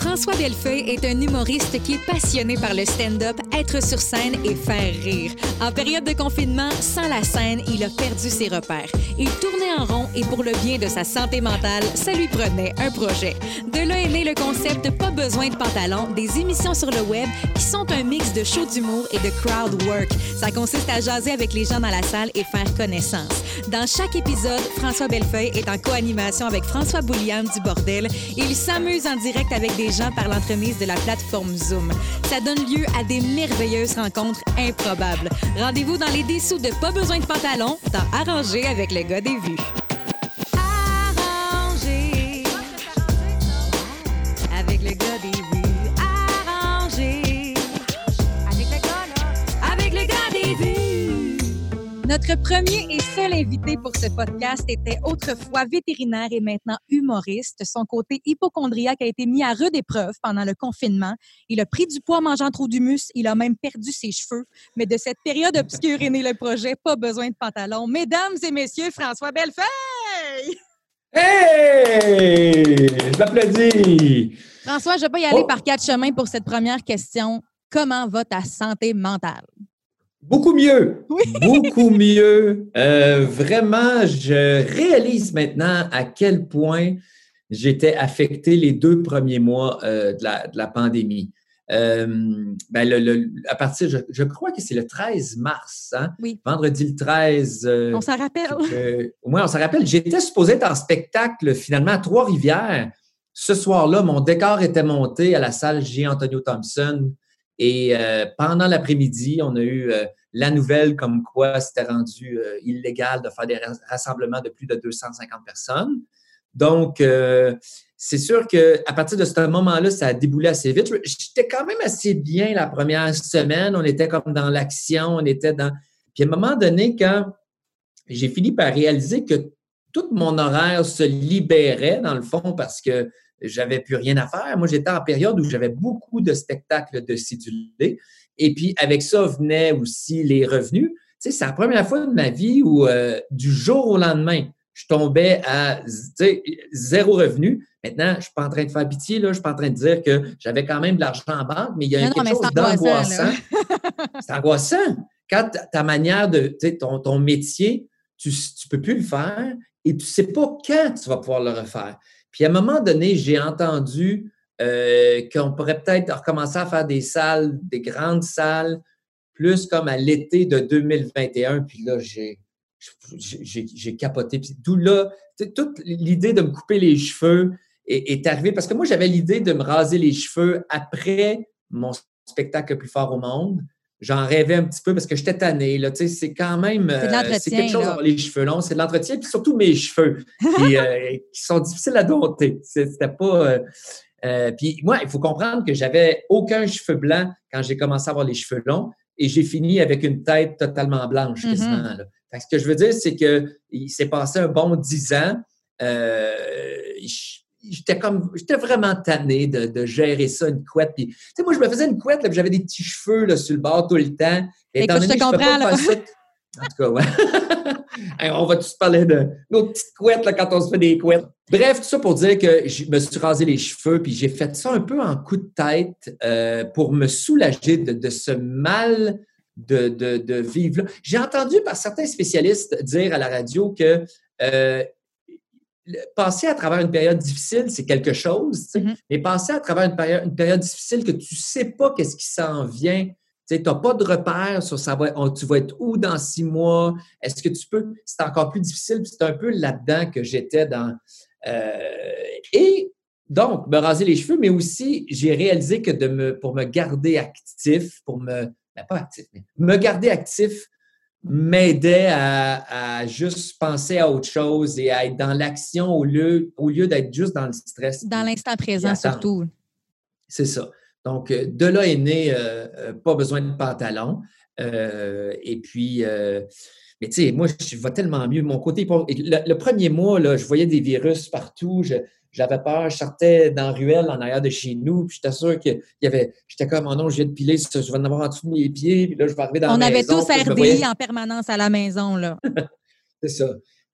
François Bellefeuille est un humoriste qui est passionné par le stand-up, être sur scène et faire rire. En période de confinement, sans la scène, il a perdu ses repères. Il tournait en rond et pour le bien de sa santé mentale, ça lui prenait un projet. De là est né le concept Pas besoin de pantalon, des émissions sur le web qui sont un mix de show d'humour et de crowd work. Ça consiste à jaser avec les gens dans la salle et faire connaissance. Dans chaque épisode, François Bellefeuille est en co-animation avec François Bouliane du Bordel. Il s'amuse en direct avec des gens par l'entremise de la plateforme Zoom. Ça donne lieu à des merveilleuses rencontres improbables. Rendez-vous dans les dessous de Pas besoin de pantalon, dans Arranger avec le gars des vues. Arranger avec le gars des vues. Arranger avec le gars là. Avec le gars des vues. Notre premier et seul invité pour ce podcast était autrefois vétérinaire et maintenant humoriste. Son côté hypocondriaque a été mis à rude épreuve pendant le confinement. Il a pris du poids en mangeant trop d'humus. Il a même perdu ses cheveux. Mais de cette période obscure est né le projet Pas besoin de pantalon. Mesdames et messieurs, François Bellefeuille! Hey! Je m'applaudis! François, je ne vais pas y aller par quatre chemins pour cette première question. Comment va ta santé mentale? Beaucoup mieux! Oui. Beaucoup mieux! Vraiment, je réalise maintenant à quel point j'étais affecté les 2 premiers mois de la pandémie. À partir, je crois que c'est le 13 mars, hein? Oui. Vendredi le 13. On s'en rappelle. Oui, on s'en rappelle. J'étais supposé être en spectacle, finalement, à Trois-Rivières. Ce soir-là, mon décor était monté à la salle J. Antonio Thompson. Et pendant l'après-midi, on a eu la nouvelle comme quoi c'était rendu illégal de faire des rassemblements de plus de 250 personnes. Donc, c'est sûr qu'à partir de ce moment-là, ça a déboulé assez vite. J'étais quand même assez bien la première semaine. On était comme dans l'action, on était dans... Puis à un moment donné, quand j'ai fini par réaliser que tout mon horaire se libérait, dans le fond, parce que j'avais plus rien à faire. Moi, j'étais en période où j'avais beaucoup de spectacles de cédulés. Et puis, avec ça venaient aussi les revenus. Tu sais, c'est la première fois de ma vie où, du jour au lendemain, je tombais à 0 revenu. Maintenant, je ne suis pas en train de faire pitié, là. Je ne suis pas en train de dire que j'avais quand même de l'argent en banque, mais il y a quelque chose d'angoissant. C'est angoissant. Quand ta manière de, tu sais, ton métier, tu ne peux plus le faire et tu ne sais pas quand tu vas pouvoir le refaire. Puis à un moment donné, j'ai entendu qu'on pourrait peut-être recommencer à faire des salles, des grandes salles, plus comme à l'été de 2021. Puis là, j'ai capoté. Puis d'où là, toute l'idée de me couper les cheveux est arrivée. Parce que moi, j'avais l'idée de me raser les cheveux après mon spectacle le plus fort au monde. J'en rêvais un petit peu parce que j'étais tanné. Là, c'est quand même... c'est quelque chose d'avoir les cheveux longs. C'est de l'entretien. Puis surtout mes cheveux qui sont difficiles à dompter. C'était pas... puis moi, il faut comprendre que j'avais aucun cheveu blanc quand j'ai commencé à avoir les cheveux longs et j'ai fini avec une tête totalement blanche quasiment. Là. Fait que ce que je veux dire, c'est qu'il s'est passé un bon 10 ans. J'étais vraiment tanné de gérer ça, une couette. Puis, tu sais, moi, je me faisais une couette, là, puis j'avais des petits cheveux là, sur le bord tout le temps. Et écoute, je te comprends, là. En tout cas, ouais. On va tous parler de nos petites couettes là, quand on se fait des couettes. Bref, tout ça pour dire que je me suis rasé les cheveux, puis j'ai fait ça un peu en coup de tête pour me soulager de ce mal de vivre là. J'ai entendu par certains spécialistes dire à la radio que passer à travers une période difficile, c'est quelque chose, mais passer à travers une période difficile que tu ne sais pas qu'est-ce qui s'en vient, tu n'as pas de repère sur tu vas être où dans 6 mois, est-ce que tu peux, c'est encore plus difficile, c'est un peu là-dedans que j'étais dans... et donc, me raser les cheveux, mais aussi, j'ai réalisé que pour me garder actif, pas actif, mais me garder actif, m'aidait à juste penser à autre chose et à être dans l'action au lieu d'être juste dans le stress. Dans l'instant présent, surtout. C'est ça. Donc, de là est né pas besoin de pantalon. Et puis, mais tu sais, moi, je vais tellement mieux. Mon côté, le premier mois, là, je voyais des virus partout. J'avais peur, je sortais dans la ruelle en arrière de chez nous, puis j'étais sûr qu'il y avait... J'étais comme, oh non, je viens de piler, je vais en avoir en dessous de mes pieds, puis là, je vais arriver dans la maison. On avait tous RDI en permanence à la maison, là. C'est ça.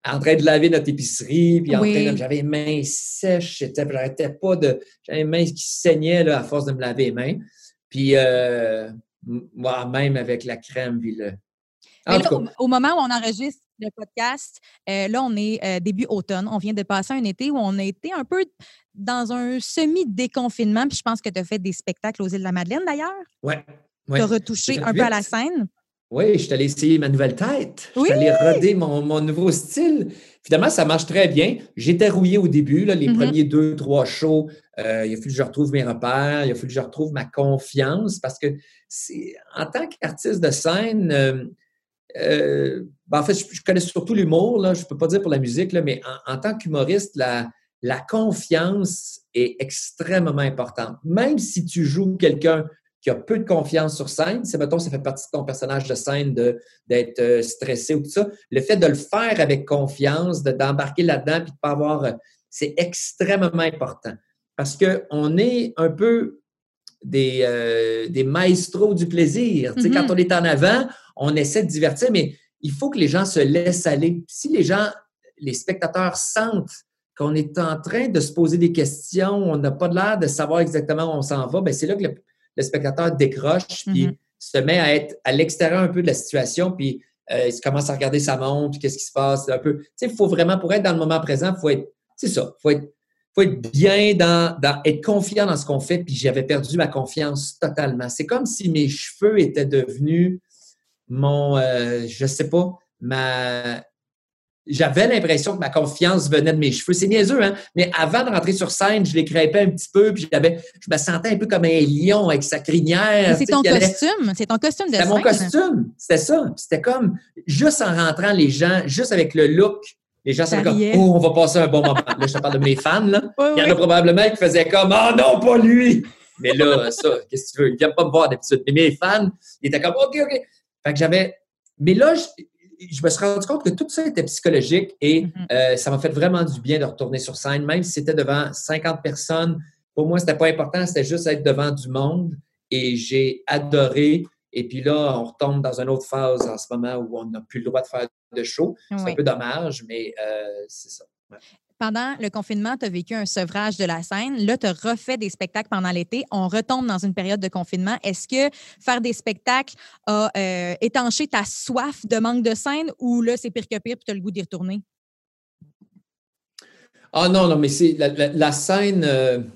en train de laver notre épicerie, puis Oui. j'avais les mains sèches, j'arrêtais pas j'avais les mains qui saignaient là, à force de me laver les mains. Puis moi-même avec la crème, puis Mais en là, tout cas, au moment où on enregistre le podcast, là, on est début automne. On vient de passer un été où on a été un peu dans un semi-déconfinement. Puis je pense que tu as fait des spectacles aux Îles-de-la-Madeleine, d'ailleurs. ouais, Tu as ouais. J'ai retouché fait un peu à la 8. scène. Oui, je suis allé essayer ma nouvelle tête. Je Oui! suis allé roder mon nouveau style. Finalement, ça marche très bien. J'étais rouillé au début, là, les Mhm. premiers 2, 3 shows. Il a fallu que je retrouve mes repères. Il a fallu que je retrouve ma confiance parce que en tant qu'artiste de scène, en fait, je connais surtout l'humour. Là, je ne peux pas dire pour la musique, là, mais en tant qu'humoriste, la confiance est extrêmement importante. Même si tu joues quelqu'un qui a peu de confiance sur scène, si, mettons, ça fait partie de ton personnage de scène d'être stressé ou tout ça, le fait de le faire avec confiance, d'embarquer là-dedans puis de pas avoir... c'est extrêmement important. Parce qu'on est un peu des maestros du plaisir. Tu sais, quand on est en avant, on essaie de divertir, mais il faut que les gens se laissent aller. Si les spectateurs sentent qu'on est en train de se poser des questions, on n'a pas l'air de savoir exactement où on s'en va, bien, c'est là que le spectateur décroche, puis se met à être à l'extérieur un peu de la situation, puis il commence à regarder sa montre, puis qu'est-ce qui se passe un peu. Tu sais, il faut vraiment, pour être dans le moment présent, c'est ça, faut être bien être confiant dans ce qu'on fait, puis j'avais perdu ma confiance totalement. C'est comme si mes cheveux étaient devenus je sais pas, j'avais l'impression que ma confiance venait de mes cheveux. C'est niaiseux, hein? Mais avant de rentrer sur scène, je les crêpais un petit peu, puis je me sentais un peu comme un lion avec sa crinière. Mais c'est ton costume. C'est ton costume de scène. C'était mon costume. C'était ça. C'était comme, juste en rentrant, les gens, juste avec le look, les gens savaient comme, oh, on va passer un bon moment. Là, je te parle de mes fans, là. Oui, il y en a probablement qui faisaient comme, oh non, pas lui. Mais là, ça, qu'est-ce que tu veux? Ils viennent pas me voir d'habitude. Mais mes fans, ils étaient comme, OK. Fait que mais là, je me suis rendu compte que tout ça était psychologique et ça m'a fait vraiment du bien de retourner sur scène, même si c'était devant 50 personnes. Pour moi, c'était pas important, c'était juste être devant du monde et j'ai adoré. Et puis là, on retombe dans une autre phase en ce moment où on n'a plus le droit de faire de show. C'est un peu dommage, mais c'est ça. Ouais. Pendant le confinement, tu as vécu un sevrage de la scène. Là, tu as refait des spectacles pendant l'été. On retombe dans une période de confinement. Est-ce que faire des spectacles a étanché ta soif de manque de scène ou là, c'est pire que pire puis tu as le goût d'y retourner? Ah non, mais c'est la scène...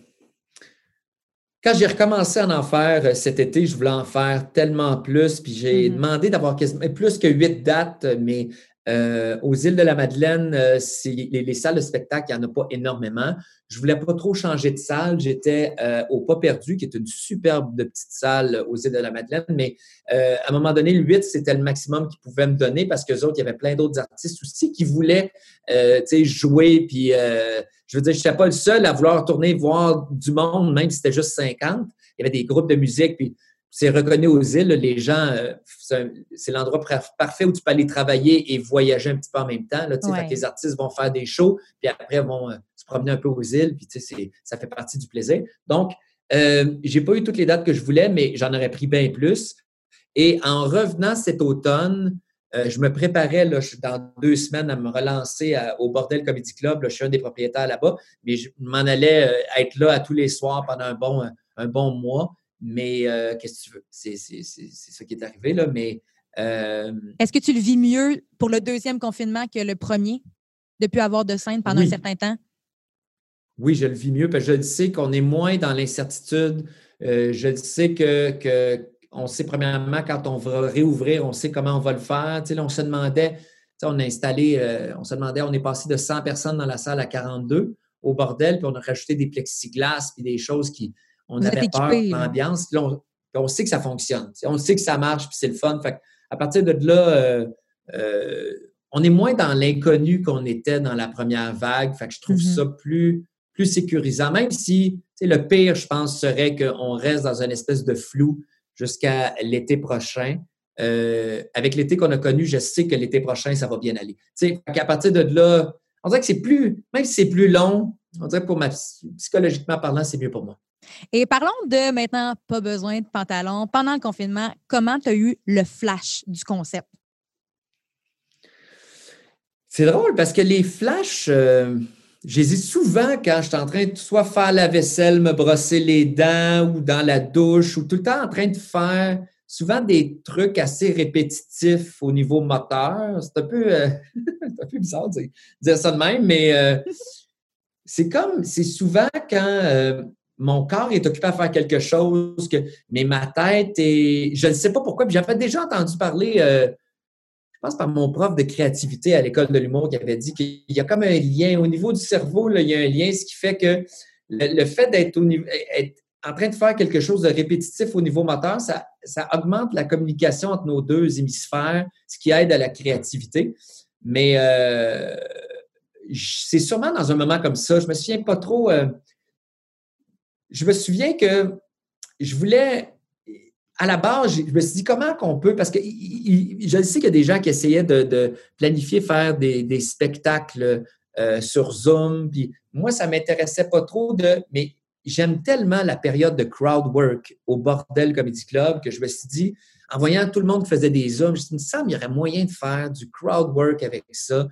Quand j'ai recommencé à en faire cet été, je voulais en faire tellement plus, puis j'ai demandé d'avoir plus que 8 dates, mais aux Îles-de-la-Madeleine, les salles de spectacle, il n'y en a pas énormément. Je ne voulais pas trop changer de salle. J'étais au Pas Perdu, qui est une superbe petite salle aux Îles-de-la-Madeleine, mais à un moment donné, le 8, c'était le maximum qu'ils pouvaient me donner parce qu'eux autres, il y avait plein d'autres artistes aussi qui voulaient jouer, puis je veux dire, je n'étais pas le seul à vouloir retourner voir du monde, même si c'était juste 50. Il y avait des groupes de musique, puis c'est reconnu aux îles, les gens, c'est l'endroit parfait où tu peux aller travailler et voyager un petit peu en même temps. Là, fait que les artistes vont faire des shows, puis après vont se promener un peu aux îles, puis ça fait partie du plaisir. Donc, j'ai pas eu toutes les dates que je voulais, mais j'en aurais pris bien plus. Et en revenant cet automne, je me préparais là, dans 2 semaines à me relancer au Bordel Comedy Club. Là, je suis un des propriétaires là-bas, mais je m'en allais être là à tous les soirs pendant un bon mois. Mais qu'est-ce que tu veux? C'est ça qui est arrivé, là. Mais est-ce que tu le vis mieux pour le 2e confinement que le premier, de plus avoir de scène pendant un certain temps? Oui, je le vis mieux parce que je le sais qu'on est moins dans l'incertitude. Je le sais on sait premièrement quand on va réouvrir, on sait comment on va le faire. Tu sais, là, on se demandait, on a installé, on est passé de 100 personnes dans la salle à 42 au bordel, puis on a rajouté des plexiglas puis des choses on avait peur de l'ambiance. Puis là, on sait que ça fonctionne. On sait que ça marche, puis c'est le fun. Fait à partir de là, on est moins dans l'inconnu qu'on était dans la première vague. Fait que je trouve ça plus sécurisant. Même si le pire, je pense, serait qu'on reste dans une espèce de flou jusqu'à l'été prochain. Avec l'été qu'on a connu, je sais que l'été prochain, ça va bien aller. À partir de là, on dirait que c'est plus, même si c'est plus long, on dirait que psychologiquement parlant, c'est mieux pour moi. Et parlons de maintenant, pas besoin de pantalon. Pendant le confinement, comment tu as eu le flash du concept? C'est drôle parce que les flashs, j'hésite souvent quand je suis en train de soit faire la vaisselle, me brosser les dents ou dans la douche ou tout le temps en train de faire souvent des trucs assez répétitifs au niveau moteur. C'est un peu, c'est un peu bizarre de dire ça de même, mais c'est souvent quand mon corps est occupé à faire quelque chose, mais ma tête est, je ne sais pas pourquoi, puis j'avais déjà entendu parler, je pense par mon prof de créativité à l'école de l'humour qui avait dit qu'il y a comme un lien au niveau du cerveau, là, il y a un lien, ce qui fait que le fait d'être être en train de faire quelque chose de répétitif au niveau moteur, ça augmente la communication entre nos deux hémisphères, ce qui aide à la créativité. Mais c'est sûrement dans un moment comme ça, je me souviens pas trop. Je me souviens que je voulais, à la base, je me suis dit comment qu'on peut, parce que je sais qu'il y a des gens qui essayaient de planifier, faire des spectacles sur Zoom, puis moi, ça m'intéressait pas trop mais j'aime tellement la période de crowd work au Bordel Comedy Club que je me suis dit, en voyant tout le monde qui faisait des Zooms, je me suis dit, il me semble qu'il y aurait moyen de faire du crowd work avec ça.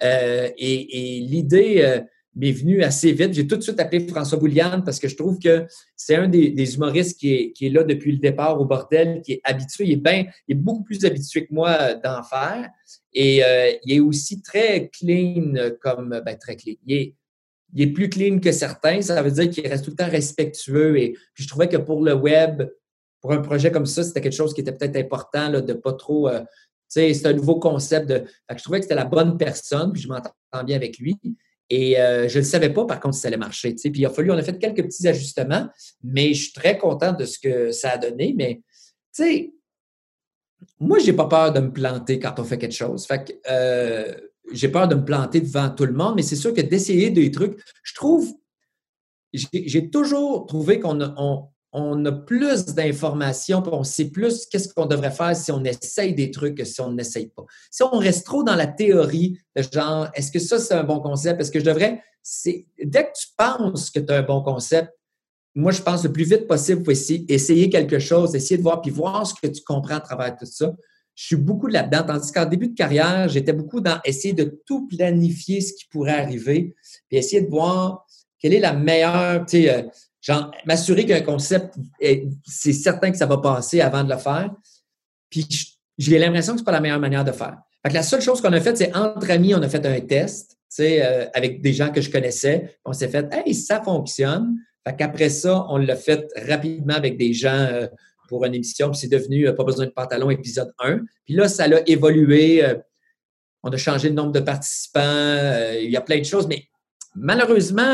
Et l'idée m'est venue assez vite. J'ai tout de suite appelé François Bouliane parce que je trouve que c'est un des humoristes qui est là depuis le départ au Bordel, qui est habitué, il est beaucoup plus habitué que moi d'en faire. Et il est aussi très clean très clean. Il est plus clean que certains. Ça veut dire qu'il reste tout le temps respectueux. Et puis je trouvais que pour le web, pour un projet comme ça, c'était quelque chose qui était peut-être important là, de pas trop... c'est un nouveau concept. Fait que je trouvais que c'était la bonne personne, puis je m'entends bien avec lui. Et je ne le savais pas, par contre, si ça allait marcher. Puis il a fallu, on a fait quelques petits ajustements, mais je suis très content de ce que ça a donné. Mais, tu sais, moi, j'ai pas peur de me planter quand on fait quelque chose. Fait que j'ai peur de me planter devant tout le monde, mais c'est sûr que d'essayer des trucs, je trouve, j'ai toujours trouvé qu'on a plus d'informations, puis on sait plus qu'est-ce qu'on devrait faire si on essaye des trucs que si on n'essaye pas. Si on reste trop dans la théorie, de genre, est-ce que ça, c'est un bon concept? Est-ce que je devrais... Dès que tu penses que tu as un bon concept, moi, je pense le plus vite possible pour essayer quelque chose, essayer de voir, puis voir ce que tu comprends à travers tout ça. Je suis beaucoup là-dedans, tandis qu'en début de carrière, j'étais beaucoup dans essayer de tout planifier ce qui pourrait arriver, puis essayer de voir quelle est la meilleure, genre, m'assurer qu'un concept, c'est certain que ça va passer avant de le faire. Puis, j'ai l'impression que c'est pas la meilleure manière de faire. Fait que la seule chose qu'on a faite, c'est entre amis, on a fait un test, avec des gens que je connaissais. On s'est fait, hey, ça fonctionne. Fait qu'après ça, on l'a fait rapidement avec des gens pour une émission. Puis c'est devenu Pas besoin de pantalon, épisode 1. Puis là, ça l'a évolué. On a changé le nombre de participants. Il y a plein de choses. Mais malheureusement,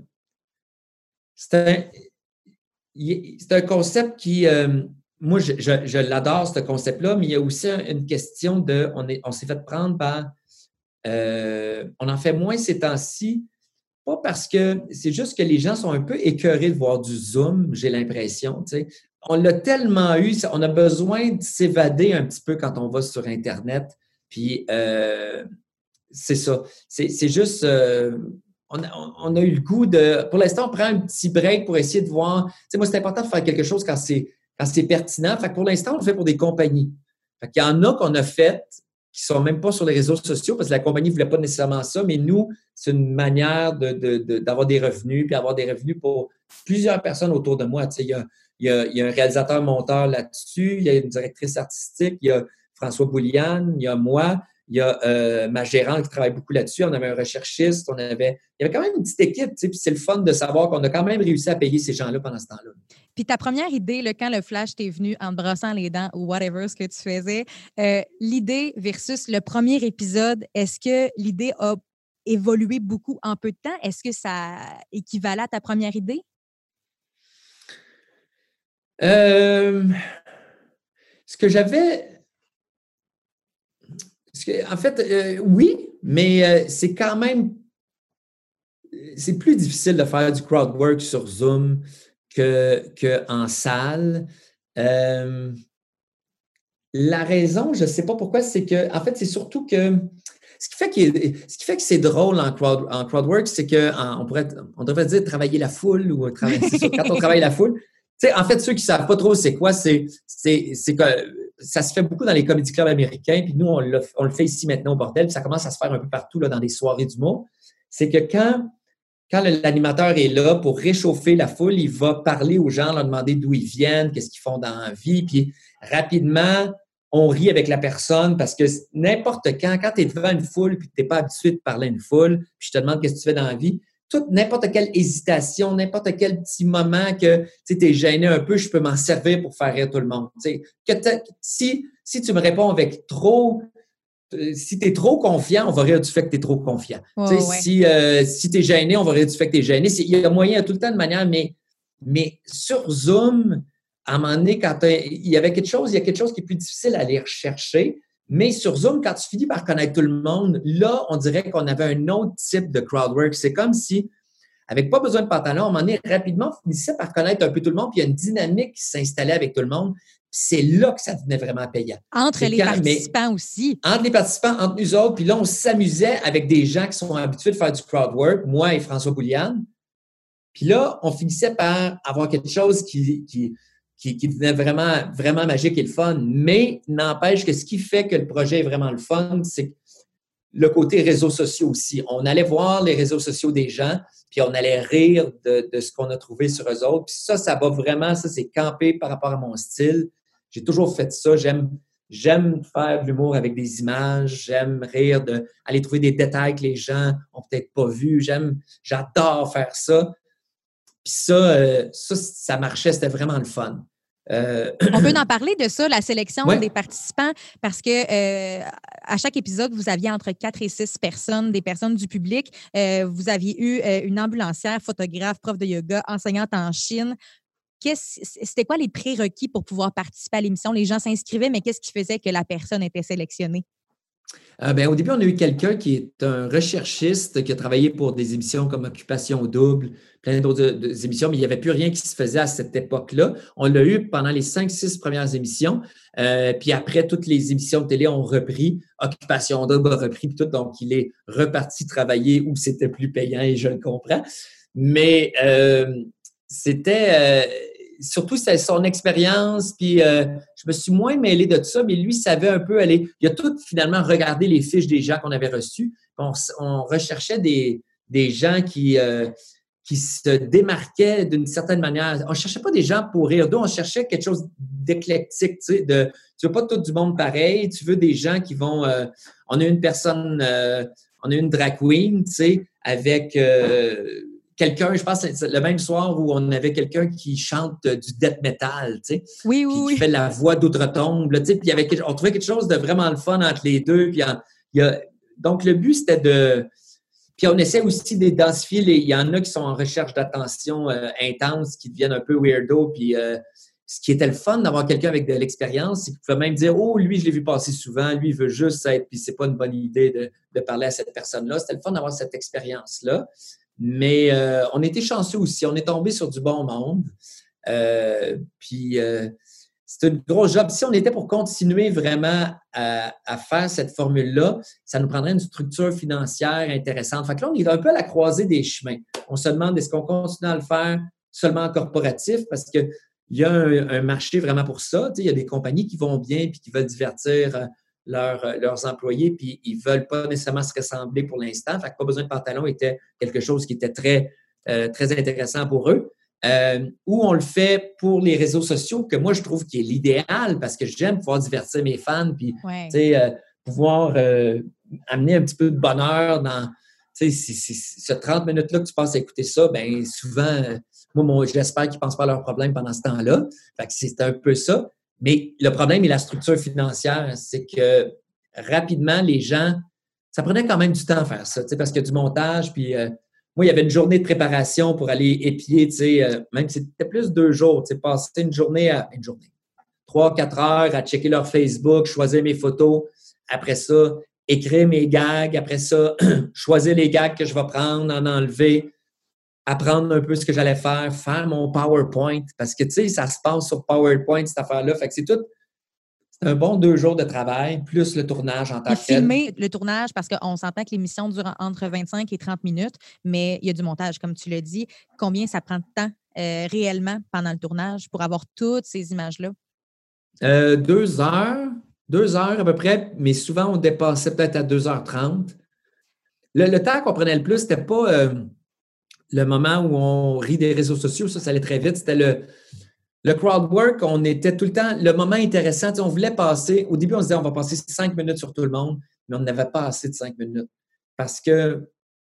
c'est un concept qui, moi, je l'adore, ce concept-là, mais il y a aussi une question de, on s'est fait prendre par, on en fait moins ces temps-ci, pas parce que, c'est juste que les gens sont un peu écœurés de voir du Zoom, j'ai l'impression, tu sais. On l'a tellement eu, on a besoin de s'évader un petit peu quand on va sur Internet, puis c'est ça. C'est juste... on a eu le goût de... Pour l'instant, on prend un petit break pour essayer de voir... Tu sais, moi, c'est important de faire quelque chose quand c'est pertinent. Fait que pour l'instant, on le fait pour des compagnies. Fait qu'il y en a qu'on a fait qui sont même pas sur les réseaux sociaux parce que la compagnie ne voulait pas nécessairement ça, mais nous, c'est une manière d'avoir des revenus puis avoir des revenus pour plusieurs personnes autour de moi. Tu sais, il y a un réalisateur-monteur là-dessus, il y a une directrice artistique, il y a François Bouliane, il y a moi, il y a ma gérante qui travaille beaucoup là-dessus. On avait un recherchiste, il y avait quand même une petite équipe, tu sais, puis c'est le fun de savoir qu'on a quand même réussi à payer ces gens-là pendant ce temps-là. Puis ta première idée, là, quand le flash t'est venu en te brossant les dents ou whatever ce que tu faisais, l'idée versus le premier épisode, est-ce que l'idée a évolué beaucoup en peu de temps? Est-ce que ça équivalait à ta première idée? Ce que j'avais... En fait, oui, mais c'est quand même... C'est plus difficile de faire du crowd work sur Zoom qu'en salle. La raison, je ne sais pas pourquoi, c'est que, en fait, c'est surtout que ce qui fait que c'est drôle en crowd work, c'est on devrait dire travailler la foule ou c'est ça, quand on travaille la foule. Tu sais, en fait, ceux qui ne savent pas trop c'est quoi, c'est que ça se fait beaucoup dans les comedy clubs américains, puis nous, on le fait ici maintenant au bordel, puis ça commence à se faire un peu partout là, dans des soirées d'humour. C'est que quand l'animateur est là pour réchauffer la foule, il va parler aux gens, leur demander d'où ils viennent, qu'est-ce qu'ils font dans la vie, puis rapidement, on rit avec la personne parce que n'importe quand tu es devant une foule puis que tu n'es pas habitué de parler à une foule, puis je te demande qu'est-ce que tu fais dans la vie, n'importe quelle hésitation, n'importe quel petit moment que tu es gêné un peu, je peux m'en servir pour faire rire tout le monde. Si tu me réponds avec trop... Si tu es trop confiant, on va rire du fait que tu es trop confiant. Ouais. Si tu es gêné, on va rire du fait que tu es gêné. Il y a moyen tout le temps de manière, mais sur Zoom, à un moment donné, il y a quelque chose qui est plus difficile à aller rechercher. Mais sur Zoom, quand tu finis par connaître tout le monde, là, on dirait qu'on avait un autre type de crowdwork. C'est comme si, avec pas besoin de pantalon, à un moment donné, rapidement, on finissait par connaître un peu tout le monde, puis il y a une dynamique qui s'installait avec tout le monde. C'est là que ça devenait vraiment payant. Entre les participants aussi. Entre les participants, entre nous autres. Puis là, on s'amusait avec des gens qui sont habitués de faire du crowdwork, moi et François Bouliane. Puis là, on finissait par avoir quelque chose qui devenait vraiment, vraiment magique et le fun. Mais n'empêche que ce qui fait que le projet est vraiment le fun, c'est le côté réseaux sociaux aussi. On allait voir les réseaux sociaux des gens, puis on allait rire de ce qu'on a trouvé sur eux autres. Puis ça va vraiment, ça, c'est campé par rapport à mon style. J'ai toujours fait ça. J'aime faire de l'humour avec des images. J'aime rire, aller trouver des détails que les gens n'ont peut-être pas vus. J'adore faire ça. Puis ça marchait. C'était vraiment le fun. On peut en parler de ça, la sélection ouais. des participants, parce que à chaque épisode, vous aviez entre 4 et 6 personnes, des personnes du public. Vous aviez eu une ambulancière, photographe, prof de yoga, enseignante en Chine. C'était quoi les prérequis pour pouvoir participer à l'émission? Les gens s'inscrivaient, mais qu'est-ce qui faisait que la personne était sélectionnée? Au début, on a eu quelqu'un qui est un recherchiste qui a travaillé pour des émissions comme Occupation Double, plein d'autres émissions, mais il n'y avait plus rien qui se faisait à cette époque-là. On l'a eu pendant les 5-6 premières émissions. Puis après, toutes les émissions de télé ont repris. Occupation Double a repris, puis tout. Donc, il est reparti travailler où c'était plus payant, et je le comprends. Mais surtout, c'était son expérience, puis je me suis moins mêlé de ça, mais lui savait un peu aller. Il a tout finalement regardé les fiches des gens qu'on avait reçus. On recherchait des gens qui se démarquaient d'une certaine manière. On ne cherchait pas des gens pour rire d'eux, on cherchait quelque chose d'éclectique. Tu veux pas tout du monde pareil, tu veux des gens qui vont... on a une drag queen, avec... quelqu'un, je pense, c'est le même soir où on avait quelqu'un qui chante du death metal, Oui. Qui fait la voix d'outre-tombe, puis on trouvait quelque chose de vraiment le fun entre les deux, donc le but, c'était de... Puis on essaie aussi de densifier, il y en a qui sont en recherche d'attention intense, qui deviennent un peu weirdo, puis ce qui était le fun d'avoir quelqu'un avec de l'expérience, c'est qu'il pouvait même dire « Oh, lui, je l'ai vu passer souvent, lui, il veut juste être... » Puis c'est pas une bonne idée de parler à cette personne-là. C'était le fun d'avoir cette expérience-là. Mais on était chanceux aussi. On est tombé sur du bon monde. Puis c'est une grosse job. Si on était pour continuer vraiment à faire cette formule-là, ça nous prendrait une structure financière intéressante. Fait que là, on est un peu à la croisée des chemins. On se demande, est-ce qu'on continue à le faire seulement en corporatif? Parce qu'il y a un marché vraiment pour ça. Il y a des compagnies qui vont bien et qui veulent divertir leurs employés, puis ils ne veulent pas nécessairement se ressembler pour l'instant. Fait que pas besoin de pantalon était quelque chose qui était très, très intéressant pour eux. Ou on le fait pour les réseaux sociaux, que moi, je trouve qui est l'idéal parce que j'aime pouvoir divertir mes fans, puis pouvoir amener un petit peu de bonheur dans ce 30 minutes-là que tu passes à écouter ça, bien souvent, moi, j'espère qu'ils ne pensent pas à leurs problèmes pendant ce temps-là. Fait que c'est un peu ça. Mais le problème est la structure financière. C'est que rapidement, les gens, ça prenait quand même du temps à faire ça, parce qu'il y a du montage. Puis moi, il y avait une journée de préparation pour aller épier, même si c'était plus 2 jours, passer une journée, 3-4 heures à checker leur Facebook, choisir mes photos. Après ça, écrire mes gags. Après ça, choisir les gags que je vais prendre, en enlever. Apprendre un peu ce que j'allais faire mon PowerPoint, parce que, ça se passe sur PowerPoint, cette affaire-là. Fait que c'est un bon 2 jours de travail, plus le tournage en tant que tel. Filmer le tournage, parce qu'on s'entend que l'émission dure entre 25 et 30 minutes, mais il y a du montage, comme tu l'as dit. Combien ça prend de temps réellement pendant le tournage pour avoir toutes ces images-là? 2 heures. 2 heures à peu près, mais souvent, on dépassait peut-être à 2h30. Le temps qu'on prenait le plus, c'était pas le moment où on rit des réseaux sociaux, ça allait très vite. C'était le crowd work, on était tout le temps, le moment intéressant, on voulait passer, au début, on se disait, on va passer 5 minutes sur tout le monde, mais on n'avait pas assez de 5 minutes. Parce que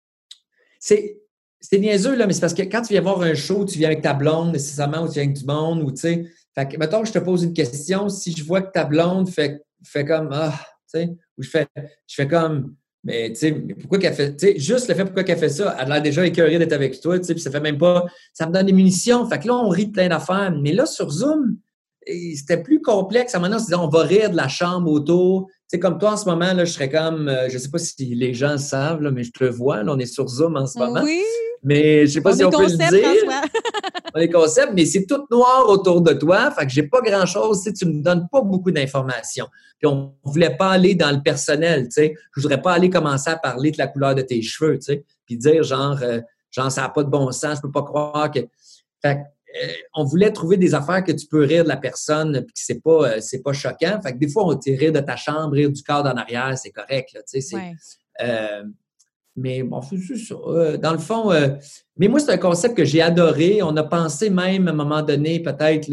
c'est niaiseux, là, mais c'est parce que quand tu viens voir un show, tu viens avec ta blonde, nécessairement, ou tu viens avec du monde, ou tu sais, fait que, mettons, je te pose une question, si je vois que ta blonde fait comme, tu sais, ou je fais comme, mais tu sais, pourquoi qu'elle fait, tu sais, juste le fait pourquoi qu'elle fait ça, elle a l'air déjà écœurée d'être avec toi, tu sais, puis ça fait même pas, ça me donne des munitions, fait que là, on rit de plein d'affaires, mais là, sur Zoom, c'était plus complexe. À un moment donné, on se disait, on va rire de la chambre autour. Tu sais, comme toi, en ce moment, là, je serais comme, je sais pas si les gens le savent, là, mais je te le vois, là, on est sur Zoom en ce moment. Oui. Mais je sais pas si on peut le dire. François. On est concept, mais c'est tout noir autour de toi. Fait que j'ai pas grand-chose. Tu sais, tu me donnes pas beaucoup d'informations. Puis on voulait pas aller dans le personnel, tu sais. Je voudrais pas aller commencer à parler de la couleur de tes cheveux, tu sais. Puis dire genre, ça n'a pas de bon sens, je peux pas croire que... Fait que, on voulait trouver des affaires que tu peux rire de la personne puis que c'est pas choquant. Fait que des fois, on te rire de ta chambre, rire du cadre en arrière, c'est correct, là, tu sais. Mais bon, c'est juste ça. Dans le fond, mais moi, c'est un concept que j'ai adoré. On a pensé même à un moment donné, peut-être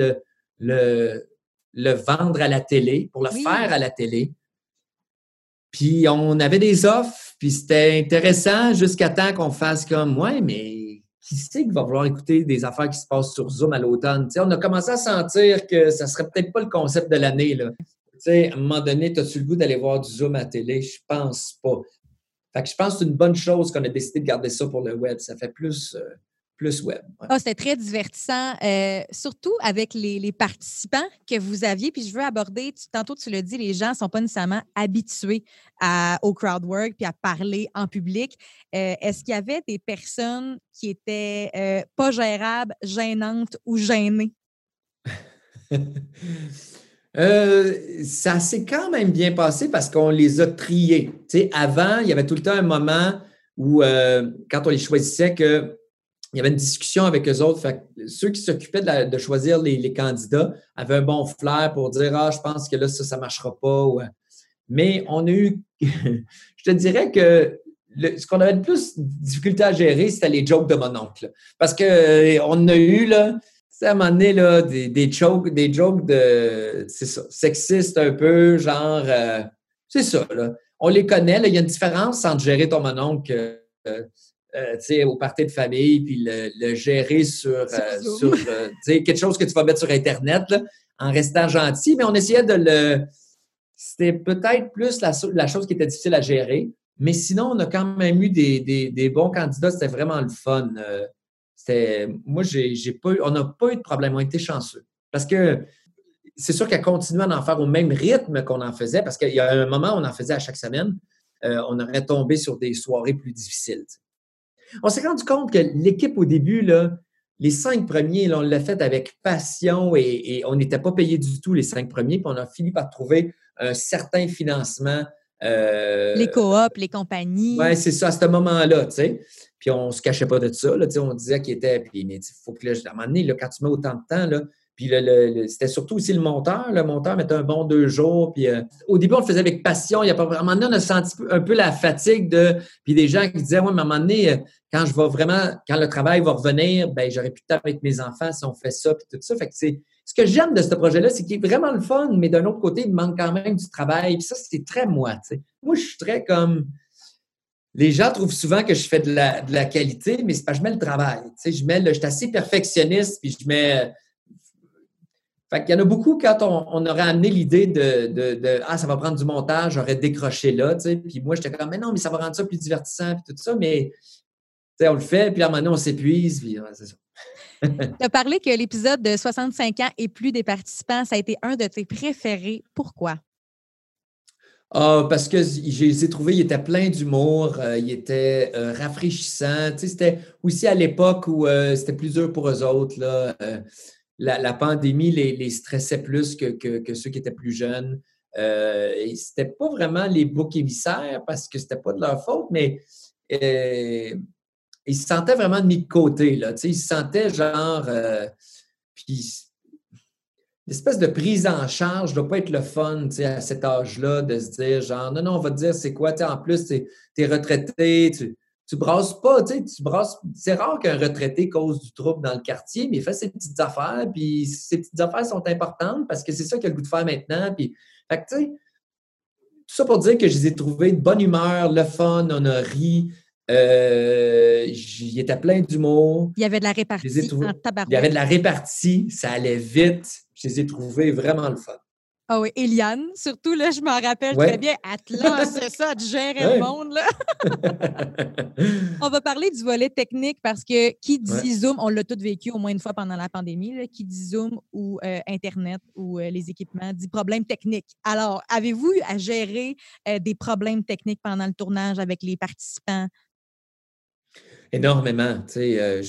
le vendre à la télé, pour le faire à la télé. Puis on avait des offres, puis c'était intéressant jusqu'à temps qu'on fasse comme, ouais, mais qui c'est qui va vouloir écouter des affaires qui se passent sur Zoom à l'automne? Tu sais, on a commencé à sentir que ça serait peut-être pas le concept de l'année, là. Tu sais, à un moment donné, as-tu le goût d'aller voir du Zoom à la télé? Je pense pas. Fait que je pense que c'est une bonne chose qu'on a décidé de garder ça pour le web. Ça fait plus web. Ouais. C'était très divertissant, surtout avec les participants que vous aviez. Puis je veux aborder, tantôt tu l'as dit, les gens ne sont pas nécessairement habitués au crowd work puis à parler en public. Est-ce qu'il y avait des personnes qui étaient pas gérables, gênantes ou gênées? Ça s'est quand même bien passé parce qu'on les a triés. Tu sais, avant, il y avait tout le temps un moment où, quand on les choisissait, il y avait une discussion avec eux autres. Fait que ceux qui s'occupaient de choisir les candidats avaient un bon flair pour dire « Ah, je pense que là, ça ne marchera pas. » Mais on a eu... je te dirais que ce qu'on avait le plus de difficulté à gérer, c'était les jokes de mon oncle. Parce qu'on a eu, là... à un moment donné, là, des jokes de, c'est ça, sexistes un peu, genre, c'est ça, là. On les connaît, là. Il y a une différence entre gérer ton mononcle, tu sais, au party de famille, puis le gérer sur tu sais, quelque chose que tu vas mettre sur Internet, là, en restant gentil, mais on essayait c'était peut-être plus la chose qui était difficile à gérer, mais sinon, on a quand même eu des bons candidats, c'était vraiment le fun. Moi, on n'a pas eu de problème, on a été chanceux. Parce que c'est sûr qu'à continuer à en faire au même rythme qu'on en faisait, parce qu'il y a un moment où on en faisait à chaque semaine, on aurait tombé sur des soirées plus difficiles. T'sais. On s'est rendu compte que l'équipe au début, là, les 5 premiers, là, on l'a fait avec passion et on n'était pas payé du tout les 5 premiers, puis on a fini par trouver un certain financement. Les coops, les compagnies. Oui, c'est ça, à ce moment-là, tu sais. Puis on ne se cachait pas de ça, là, tu sais, on disait qu'il était... Puis, mais il faut que, là, à un moment donné, là, quand tu mets autant de temps, là, puis c'était surtout aussi le monteur. Le monteur mettait un bon 2 jours. Puis au début, on le faisait avec passion. Il y a pas vraiment, on a senti un peu la fatigue puis des gens qui disaient, ouais, mais à un moment donné, quand le travail va revenir, ben j'aurai plus de temps avec mes enfants si on fait ça, puis tout ça. Fait que ce que j'aime de ce projet-là, c'est qu'il est vraiment le fun, mais d'un autre côté, il me manque quand même du travail. Puis ça, c'est très moi, tu sais. Moi, je suis très comme... Les gens trouvent souvent que je fais de la qualité, mais c'est parce que je mets le travail. Tu sais, je suis assez perfectionniste, puis je mets... Fait qu'il y en a beaucoup, quand on aurait amené l'idée de ça va prendre du montage, j'aurais décroché là, tu sais. Puis moi, j'étais comme, mais non, mais ça va rendre ça plus divertissant, puis tout ça. Mais, tu sais, on le fait, puis à un moment donné, on s'épuise, puis c'est ça. Tu as parlé que l'épisode de 65 ans et plus des participants, ça a été un de tes préférés. Pourquoi? Parce que je les ai trouvés, il était plein d'humour, il était rafraîchissant. Tu sais, c'était aussi à l'époque où c'était plus dur pour eux autres, là. La pandémie les stressait plus que ceux qui étaient plus jeunes. Et c'était pas vraiment les boucs émissaires parce que c'était pas de leur faute, mais ils se sentaient vraiment mis de côté, là. Tu sais, ils se sentaient genre... puis l'espèce de prise en charge ne doit pas être le fun, tu sais, à cet âge-là, de se dire genre, non, on va te dire c'est quoi, tu sais, en plus, tu es retraité, tu brasses pas, tu sais, c'est rare qu'un retraité cause du trouble dans le quartier, mais il fait ses petites affaires, puis ces petites affaires sont importantes parce que c'est ça qu'il a le goût de faire maintenant, puis, fait que, tu sais, tout ça pour dire que je les ai trouvés de bonne humeur, le fun, on a ri, il était plein d'humour. Il y avait de la Je les ai répartie trouvés- en Il y tabarouette. avait de la répartie, ça allait vite. Je les ai trouvés vraiment le fun. Ah oui, Eliane, surtout, là, je m'en rappelle très Ouais. bien. Atlas, c'est ça, de gérer Ouais. le monde, là. On va parler du volet technique parce que qui dit Ouais. Zoom, on l'a tous vécu au moins une fois pendant la pandémie, là, qui dit Zoom ou Internet ou les équipements dit problème technique. Alors, avez-vous eu à gérer des problèmes techniques pendant le tournage avec les participants? Énormément. Tu sais,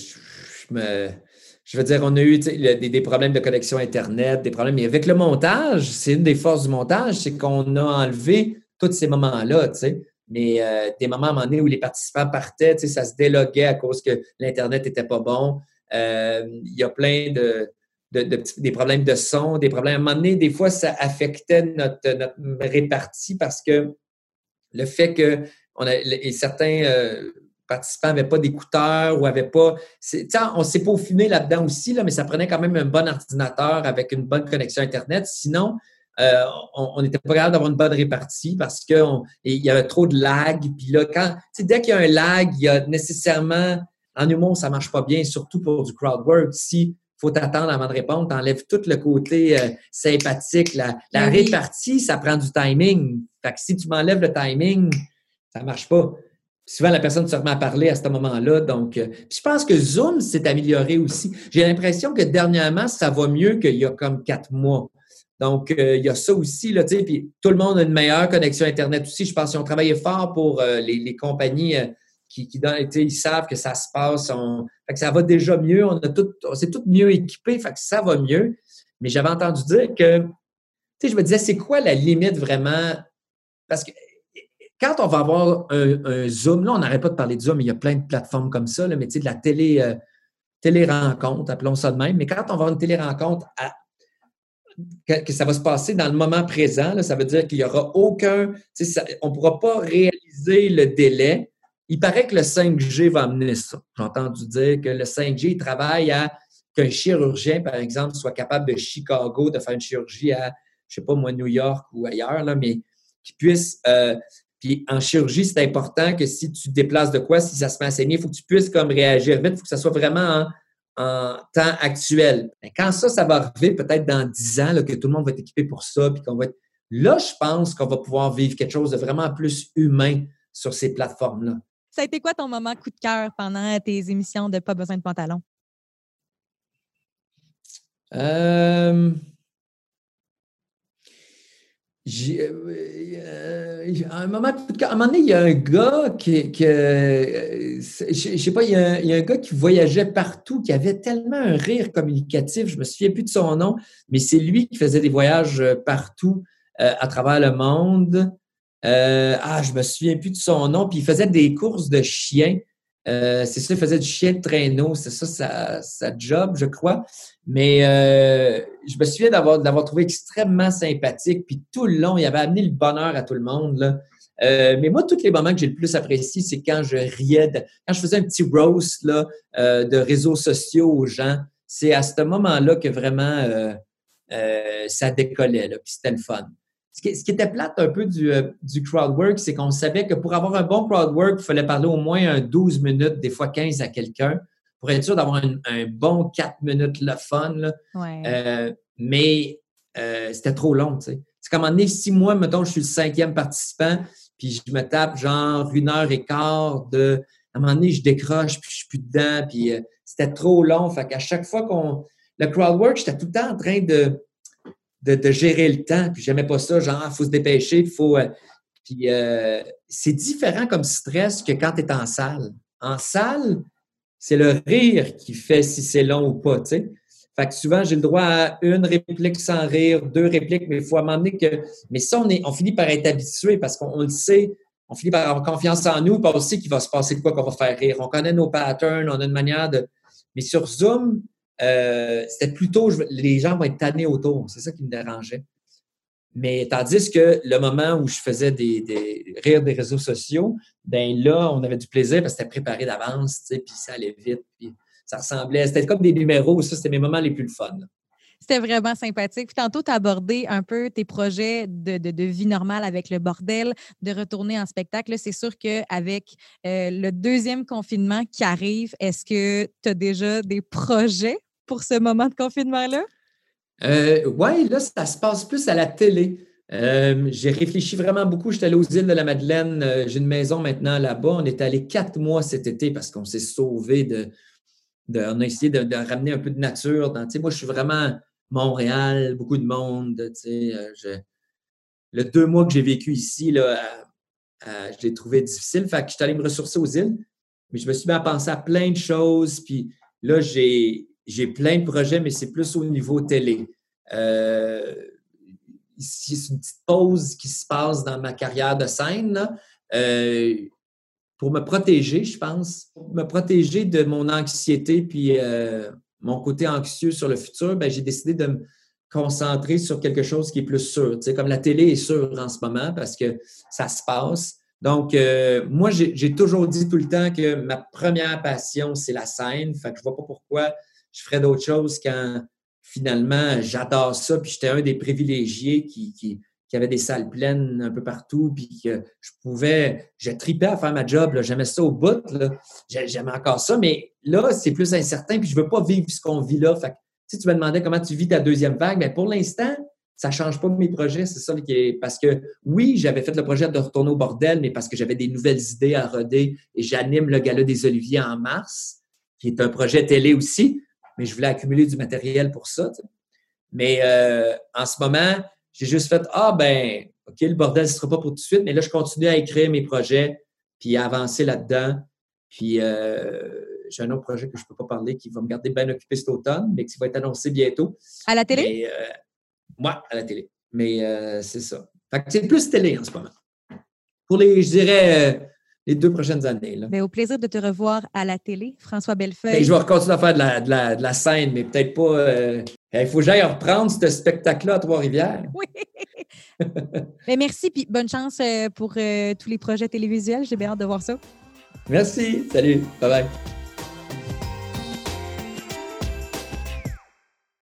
je veux dire, on a eu des problèmes de connexion Internet, des problèmes. Mais avec le montage, c'est une des forces du montage, c'est qu'on a enlevé tous ces moments-là, tu sais. Mais des moments à un moment donné où les participants partaient, tu sais, ça se déloguait à cause que l'Internet n'était pas bon. Il y a plein des problèmes de son, des problèmes. À un moment donné, des fois, ça affectait notre répartie parce que le fait que certains participants n'avaient pas d'écouteurs ou n'avaient pas. On s'est peaufiné là-dedans aussi, là, mais ça prenait quand même un bon ordinateur avec une bonne connexion Internet. Sinon, on n'était pas capable d'avoir une bonne répartie parce qu'il y avait trop de lag. Puis là, dès qu'il y a un lag, il y a nécessairement. En humour, ça ne marche pas bien, surtout pour du crowd work. Si faut t'attendre avant de répondre, tu enlèves tout le côté sympathique. La répartie, ça prend du timing. Fait que si tu m'enlèves le timing, ça ne marche pas. Puis souvent, la personne se remet à parler à ce moment-là. Donc, puis je pense que Zoom s'est amélioré aussi. J'ai l'impression que dernièrement, ça va mieux qu'il y a comme 4 mois. Donc, il y a ça aussi, là, tu sais. Puis tout le monde a une meilleure connexion Internet aussi. Je pense qu'ils ont travaillé fort pour les compagnies ils savent que ça se passe. Fait que ça va déjà mieux. On s'est tous mieux équipés. Fait que ça va mieux. Mais j'avais entendu dire que, tu sais, je me disais, c'est quoi la limite vraiment? Parce que quand on va avoir un Zoom, là, on n'arrête pas de parler de Zoom, il y a plein de plateformes comme ça, là, mais tu sais, de la télé-rencontre, appelons ça de même. Mais quand on va avoir une télé-rencontre, que ça va se passer dans le moment présent, là, ça veut dire qu'il n'y aura aucun. On ne pourra pas réaliser le délai. Il paraît que le 5G va amener ça. J'ai entendu dire que le 5G, il travaille à qu'un chirurgien, par exemple, soit capable de Chicago de faire une chirurgie à, je ne sais pas moi, New York ou ailleurs, là, mais qu'il puisse. Puis en chirurgie, c'est important que si tu déplaces de quoi, si ça se met à saigner, il faut que tu puisses comme réagir vite, il faut que ça soit vraiment en temps actuel. Mais quand ça va arriver, peut-être dans 10 ans, là, que tout le monde va être équipé pour ça, puis qu'on va être. Là, je pense qu'on va pouvoir vivre quelque chose de vraiment plus humain sur ces plateformes-là. Ça a été quoi ton moment coup de cœur pendant tes émissions de Pas besoin de pantalon? Un moment coup de cœur. À un moment donné, il y a un gars je sais pas, il y a un gars qui voyageait partout, qui avait tellement un rire communicatif, je me souviens plus de son nom, mais c'est lui qui faisait des voyages partout à travers le monde. Je me souviens plus de son nom. Puis il faisait des courses de chiens. C'est ça, il faisait du chien de traîneau. C'est ça sa job, je crois. Mais je me souviens d'avoir trouvé extrêmement sympathique. Puis tout le long, il avait amené le bonheur à tout le monde, là. Mais moi, tous les moments que j'ai le plus apprécié, c'est quand je riais, quand je faisais un petit roast là, de réseaux sociaux aux gens. C'est à ce moment-là que vraiment ça décollait, là, puis c'était le fun. Ce qui était plate un peu du crowdwork, c'est qu'on savait que pour avoir un bon crowdwork, il fallait parler au moins 12 minutes, des fois 15 à quelqu'un, pour être sûr d'avoir un bon 4 minutes le fun. Là. Ouais. Mais c'était trop long, tu sais. C'est comme à un moment donné, si moi, mettons, je suis le 5e participant, puis je me tape genre 1h15 de... À un moment donné, je décroche, puis je suis plus dedans, puis c'était trop long. Fait qu'à chaque fois le crowdwork, j'étais tout le temps en train de gérer le temps, puis j'aimais pas ça, genre, il faut se dépêcher, il faut... puis c'est différent comme stress que quand tu es en salle. En salle, c'est le rire qui fait si c'est long ou pas, tu sais. Fait que souvent, j'ai le droit à une réplique sans rire, 2 répliques, mais il faut m'emmener que... Mais ça, on finit par être habitué parce qu'on le sait, on finit par avoir confiance en nous, puis on sait qu'il va se passer de quoi qu'on va faire rire. On connaît nos patterns, on a une manière de... Mais sur Zoom, c'était plutôt les gens vont être tannés autour. C'est ça qui me dérangeait. Mais tandis que le moment où je faisais des rires des réseaux sociaux, ben là, on avait du plaisir parce que c'était préparé d'avance, tu sais, puis ça allait vite, puis ça ressemblait. C'était comme des numéros, ça, c'était mes moments les plus le fun. C'était vraiment sympathique. Puis tantôt, tu as abordé un peu tes projets de vie normale avec le bordel, de retourner en spectacle. Là, c'est sûr qu'avec le deuxième confinement qui arrive, est-ce que tu as déjà des projets pour ce moment de confinement-là? Oui, là, ça se passe plus à la télé. J'ai réfléchi vraiment beaucoup. J'étais allé aux îles de la Madeleine. J'ai une maison maintenant là-bas. On est allé 4 mois cet été parce qu'on s'est sauvé on a essayé de ramener un peu de nature. Moi, je suis vraiment Montréal, beaucoup de monde. Le 2 mois que j'ai vécu ici, là, je l'ai trouvé difficile. Fait que je suis allé me ressourcer aux îles. Mais je me suis mis à penser à plein de choses. Puis là, j'ai plein de projets, mais c'est plus au niveau télé. Ici, c'est une petite pause qui se passe dans ma carrière de scène, là, pour me protéger, je pense. Pour me protéger de mon anxiété puis mon côté anxieux sur le futur, ben, j'ai décidé de me concentrer sur quelque chose qui est plus sûr. Tu sais, comme la télé est sûre en ce moment parce que ça se passe. Donc, moi, j'ai toujours dit tout le temps que ma première passion, c'est la scène. Fait que je vois pas pourquoi je ferais d'autres choses quand finalement, j'adore ça. Puis j'étais un des privilégiés qui avait des salles pleines un peu partout. Puis que je tripais à faire ma job. Là. J'aimais ça au bout. Là. J'aimais encore ça. Mais là, c'est plus incertain. Puis je veux pas vivre ce qu'on vit là. Fait que, si tu me demandais comment tu vis ta deuxième vague, bien, pour l'instant, ça ne change pas mes projets. C'est ça qui est. Parce que oui, j'avais fait le projet de retourner au bordel, mais parce que j'avais des nouvelles idées à roder et j'anime le Gala des Oliviers en mars, qui est un projet télé aussi, mais je voulais accumuler du matériel pour ça. Tu sais. Mais en ce moment, j'ai juste fait OK, le bordel, ce ne sera pas pour tout de suite, mais là, je continue à écrire mes projets puis à avancer là-dedans. Puis j'ai un autre projet que je ne peux pas parler qui va me garder bien occupé cet automne, mais qui va être annoncé bientôt. À la télé? Moi, à la télé. Mais c'est ça. Fait que c'est plus télé en ce moment. Pour je dirais, les 2 prochaines années. Là. Bien, au plaisir de te revoir à la télé, François Bellefeuille. Bien, je vais continuer à faire de la scène, mais peut-être pas. Il faut que j'aille reprendre ce spectacle-là à Trois-Rivières. Oui. Bien, merci, puis bonne chance pour tous les projets télévisuels. J'ai bien hâte de voir ça. Merci. Salut. Bye-bye.